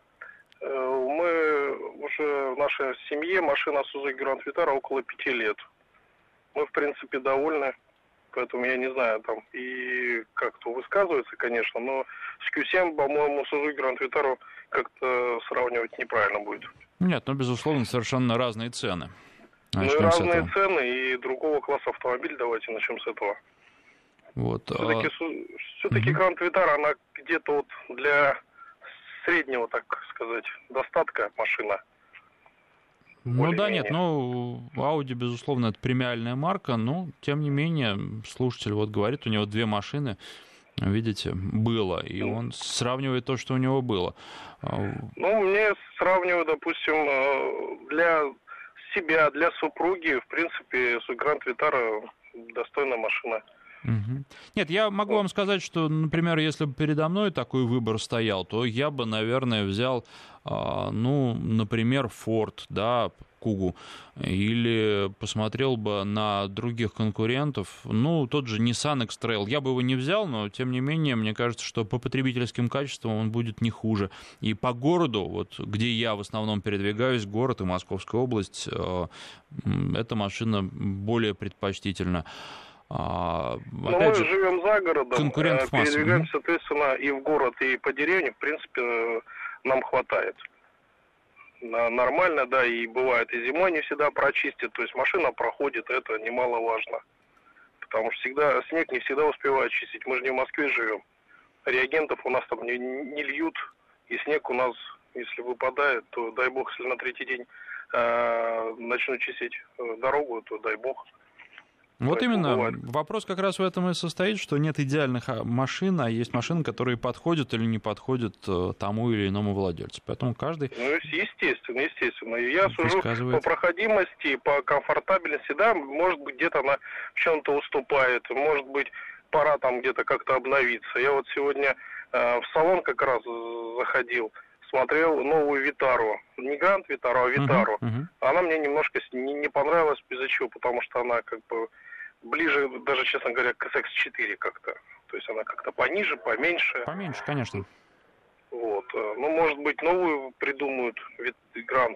Speaker 11: Мы уже в нашей семье машина Suzuki Grand Vitara около пяти лет. Мы, в принципе, довольны. Поэтому я не знаю, там и как-то высказывается, конечно, но с ку семь, по-моему, Suzuki Grand Vitara как-то сравнивать неправильно будет.
Speaker 1: Нет, ну, безусловно, совершенно разные цены.
Speaker 11: Ну и разные цены, и другого класса автомобиль, давайте начнем с этого.
Speaker 1: Вот,
Speaker 11: все-таки
Speaker 1: а...
Speaker 11: все-таки mm-hmm. Grand Vitara, она где-то вот для среднего, так сказать, достатка машина.
Speaker 1: Ну да, нет, ну, Audi, безусловно, это премиальная марка, но, тем не менее, слушатель вот говорит, у него две машины, видите, было, и он сравнивает то, что у него было.
Speaker 11: Ну, мне сравниваю, допустим, для себя, для супруги, в принципе, Grand Vitara достойная машина.
Speaker 1: Угу. Нет, я могу вам сказать, что, например, если бы передо мной такой выбор стоял, то я бы, наверное, взял, ну, например, Ford, да, Kuga, или посмотрел бы на других конкурентов, ну, тот же Nissan X-Trail. Я бы его не взял, но, тем не менее, мне кажется, что по потребительским качествам он будет не хуже. И по городу, вот, где я в основном передвигаюсь, город и Московская область, эта машина более предпочтительна.
Speaker 11: А, Но мы же, живем за городом, передвигаемся, соответственно, и в город, и по деревне, в принципе, нам хватает. нормально, да, и бывает и зимой не всегда прочистит, то есть машина проходит, это немаловажно. Потому что всегда снег не всегда успевает чистить, мы же не в Москве живем. Реагентов у нас там не, не льют, и снег у нас, если выпадает, то дай бог, если на третий день э, начнут чистить дорогу, то дай бог.
Speaker 1: Вот
Speaker 11: Поэтому
Speaker 1: именно,
Speaker 11: бывает.
Speaker 1: Вопрос как раз в этом и состоит, что нет идеальных машин, а есть машины, которые подходят или не подходят тому или иному владельцу. Поэтому каждый...
Speaker 11: Ну, естественно, естественно. Я сужу по проходимости, по комфортабельности, да, может быть, где-то она в чем-то уступает, может быть, пора там где-то как-то обновиться. Я вот сегодня э, в салон как раз заходил, смотрел новую Витару. Не Гранд Витару, а Витару. Uh-huh, uh-huh. Она мне немножко не, не понравилась, из-за чего, потому что она как бы ближе, даже, честно говоря, к эс икс четыре как-то. То есть она как-то пониже, поменьше.
Speaker 1: Поменьше, конечно.
Speaker 11: Вот. Ну, может быть, новую придумают Гранд.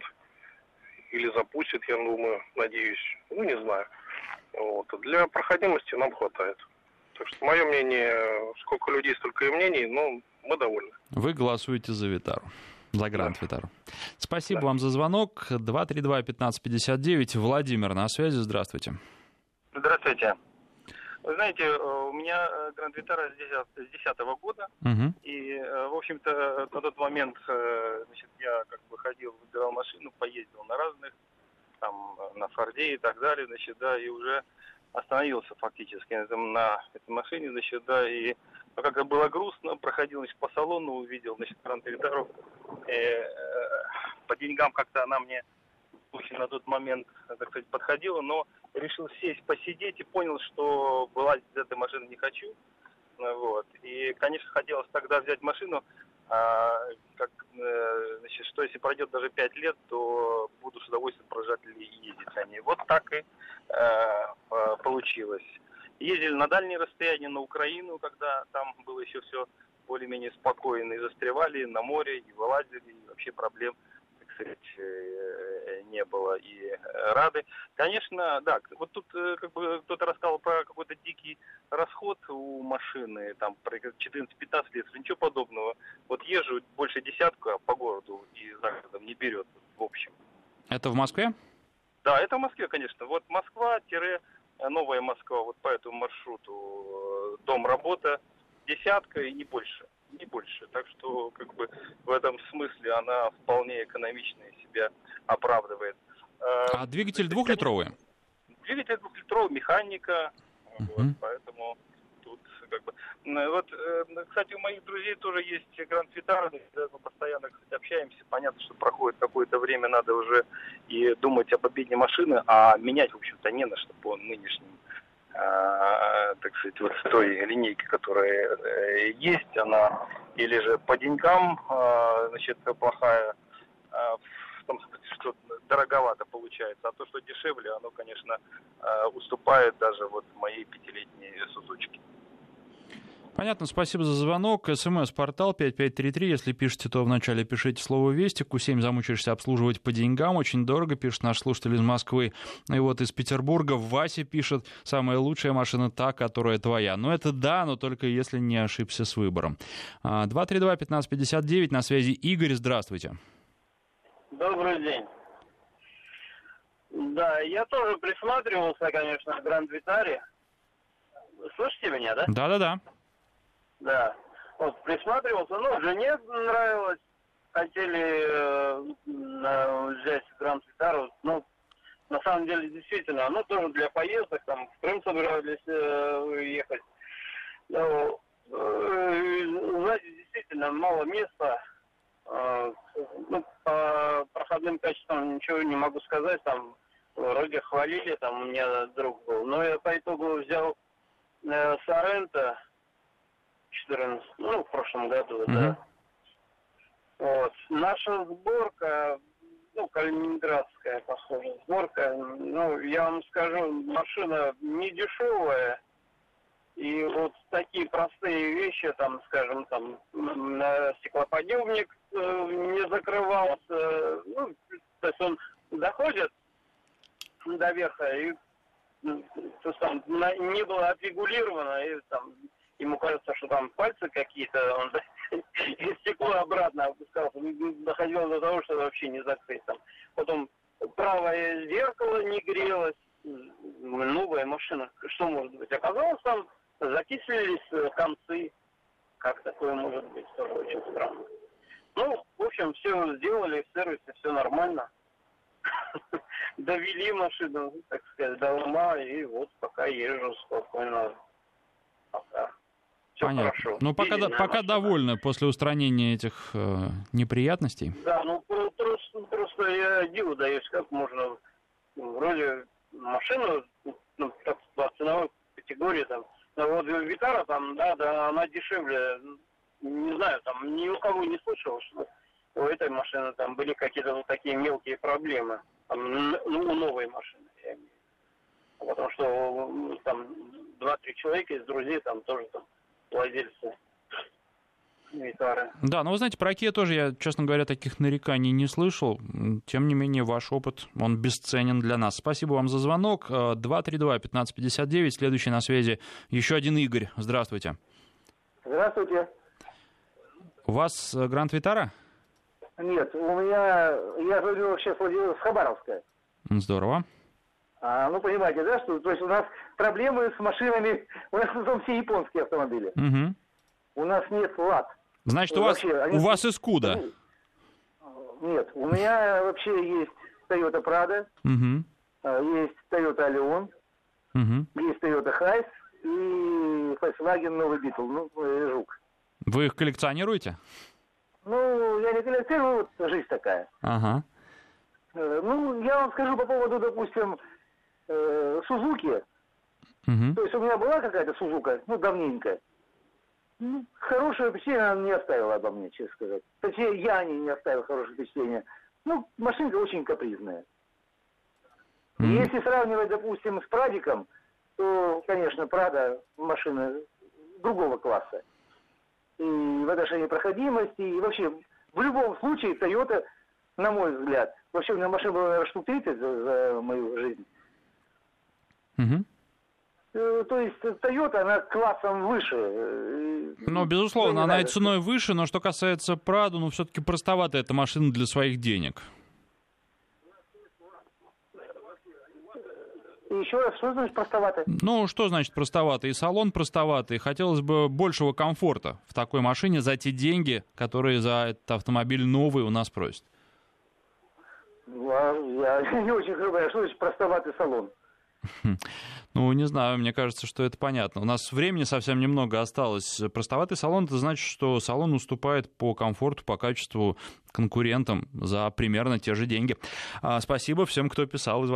Speaker 11: Или запустят, я думаю, надеюсь. Ну, не знаю. Вот. Для проходимости нам хватает. Так что мое мнение, сколько людей, столько и мнений, но мы довольны.
Speaker 1: Вы голосуете за Витару. За Гранд
Speaker 11: да.
Speaker 1: Витару. Спасибо
Speaker 11: да.
Speaker 1: вам за звонок. два три два пятнадцать пятьдесят девять. Владимир на связи. Здравствуйте.
Speaker 12: Здравствуйте. Вы знаете, у меня Гранд Витара с две тысячи десятого года.
Speaker 1: Угу. И,
Speaker 12: в общем-то, на тот момент, значит, я как бы ходил, выбирал машину, поездил на разных, там, на Форде и так далее, значит, да, и уже остановился фактически на, этом, на этой машине, значит, да, и ну, как-то было грустно, проходил, значит, по салону, увидел, значит, Гранд Витару, э, э, по деньгам как-то она мне очень на тот момент, так сказать, подходила, но решил сесть, посидеть и понял, что вылазить из этой машины не хочу, вот, и, конечно, хотелось тогда взять машину, а, как, э, значит, что если пройдет даже пять лет, то буду с удовольствием продолжать ездить на ней. Вот так и э, получилось. Ездили на дальние расстояния, на Украину, когда там было еще все более-менее спокойно, и застревали на море, и вылазили, и вообще проблем, так сказать, не было, и рады. Конечно, да, вот тут как бы кто-то рассказал про какой-то дикий расход у машины, там, про четырнадцать-пятнадцать лет, ничего подобного. Вот езжу больше десятка по городу и за городом не берет, в общем.
Speaker 1: Это в Москве?
Speaker 12: Да, это в Москве, конечно. Вот Москва-Новая Москва, вот по этому маршруту, дом-работа, десятка и не больше. Не больше. Так что, как бы, в этом смысле она вполне экономично себя оправдывает.
Speaker 1: А двигатель двухлитровый?
Speaker 12: Двигатель двухлитровый, механика.
Speaker 1: Uh-huh.
Speaker 12: Вот, поэтому тут, как бы... Вот, кстати, у моих друзей тоже есть Гранд Витара, мы постоянно, кстати, общаемся. Понятно, что проходит какое-то время, надо уже и думать об обмене машины, а менять, в общем-то, не на что по нынешним, а, так сказать, вот той линейке, которая есть, она или же по деньгам, а, значит, плохая, а, в том смысле, что дороговато получается, а то, что дешевле, оно, конечно, а, уступает даже вот моей пятилетней Сузучке.
Speaker 1: Понятно, спасибо за звонок. СМС-портал пять пять три три. Если пишете, то вначале пишите слово «Вести». Ку семь замучаешься обслуживать по деньгам. Очень дорого, пишет наш слушатель из Москвы. И вот из Петербурга Вася пишет: самая лучшая машина та, которая твоя. Ну, это да, но только если не ошибся с выбором. два три два пятнадцать пятьдесят девять. На связи Игорь. Здравствуйте.
Speaker 13: Добрый день. Да, я тоже присматривался, конечно, к Гранд Витаре. Слышите меня, да?
Speaker 1: Да-да-да.
Speaker 13: Да, вот присматривался, ну, жене нравилось, хотели э, взять Гранд Витару, ну, на самом деле, действительно, ну, тоже для поездок, там, в Крым собирались э, ехать. Ну, э, знаете, действительно, мало места, э, ну, по проходным качествам ничего не могу сказать, там, вроде хвалили, там, у меня друг был, но я по итогу взял э, Соренто, четырнадцать, ну, в прошлом году, mm-hmm. да. Вот. Наша сборка, ну, калининградская, похоже, сборка, ну, я вам скажу, машина не дешевая, и вот такие простые вещи, там, скажем, там, стеклоподъемник э, не закрывался, ну, то есть он доходит до верха, и то есть, там не было отрегулировано, и там ему кажется, что там пальцы какие-то, он и стекло обратно опускался. Доходило до того, что вообще не закрыть там. Потом правое зеркало не грелось. Новая машина. Что может быть? Оказалось, там закислились концы. Как такое может быть? Тоже очень странно. Ну, в общем, все сделали в сервисе, все нормально. Довели машину, так сказать, до ума, и вот пока езжу спокойно. Пока. Все
Speaker 1: Понятно.
Speaker 13: Хорошо.
Speaker 1: Ну, пока, до, пока довольны после устранения этих э, неприятностей.
Speaker 13: Да, ну просто, просто я диву даюсь, как можно вроде машину, ну, так, по ценовой категории, там, вот Витара, там, да, да, она дешевле, не знаю, там, ни у кого не слышал, что у этой машины там были какие-то вот такие мелкие проблемы, там, ну, у новой машины, я имею в виду. Потому что там два-три человека из друзей там тоже там владельцы Витары.
Speaker 1: Да, но вы знаете, про Kia тоже я, честно говоря, таких нареканий не слышал. Тем не менее, ваш опыт, он бесценен для нас. Спасибо вам за звонок. два три два пятнадцать пятьдесят девять. Следующий на связи еще один Игорь. Здравствуйте.
Speaker 14: Здравствуйте.
Speaker 1: У вас Гранд Витара?
Speaker 14: Нет, у меня, я говорю, сейчас с Хабаровска.
Speaker 1: Здорово.
Speaker 14: А, ну, понимаете, да, что то есть у нас проблемы с машинами, у нас в основном все японские автомобили.
Speaker 1: Угу.
Speaker 14: У нас нет лад.
Speaker 1: Значит, у вас, вообще, они... у вас и Скуда?
Speaker 14: Нет, у меня вообще есть Toyota Prado, угу. есть Toyota Allion, угу. есть Toyota Hiace и Volkswagen новый Beetle, ну, Жук.
Speaker 1: Вы их коллекционируете?
Speaker 14: Ну, я не коллекционирую, вот жизнь такая.
Speaker 1: Ага.
Speaker 14: Ну, я вам скажу по поводу, допустим, Сузуки. Угу. То есть у меня была какая-то Сузука, ну, давненько. Ну, хорошее впечатление она не оставила обо мне, честно сказать. Точнее, я не, не оставил хорошее впечатление. Ну, машинка очень капризная. Mm-hmm. Если сравнивать, допустим, с Прадиком, то, конечно, Прада машина другого класса. И в отношении проходимости, и вообще, в любом случае, Toyota, на мой взгляд, вообще у меня машина была, наверное, штук тридцать за, за мою жизнь.
Speaker 1: Mm-hmm.
Speaker 14: То есть Toyota, она классом выше.
Speaker 1: Ну, безусловно, она и ценой выше, но что касается Prado, ну, все-таки простовата эта машина для своих денег.
Speaker 14: Еще раз, что значит простовато?
Speaker 1: Ну, что значит простовато? И салон простоватый. Хотелось бы большего комфорта в такой машине за те деньги, которые за этот автомобиль новый у нас просят.
Speaker 14: Я не очень понимаю, что значит простоватый салон?
Speaker 1: Ну, не знаю, мне кажется, что это понятно. У нас времени совсем немного осталось. Простоватый салон — это значит, что салон уступает по комфорту, по качеству конкурентам за примерно те же деньги. Спасибо всем, кто писал.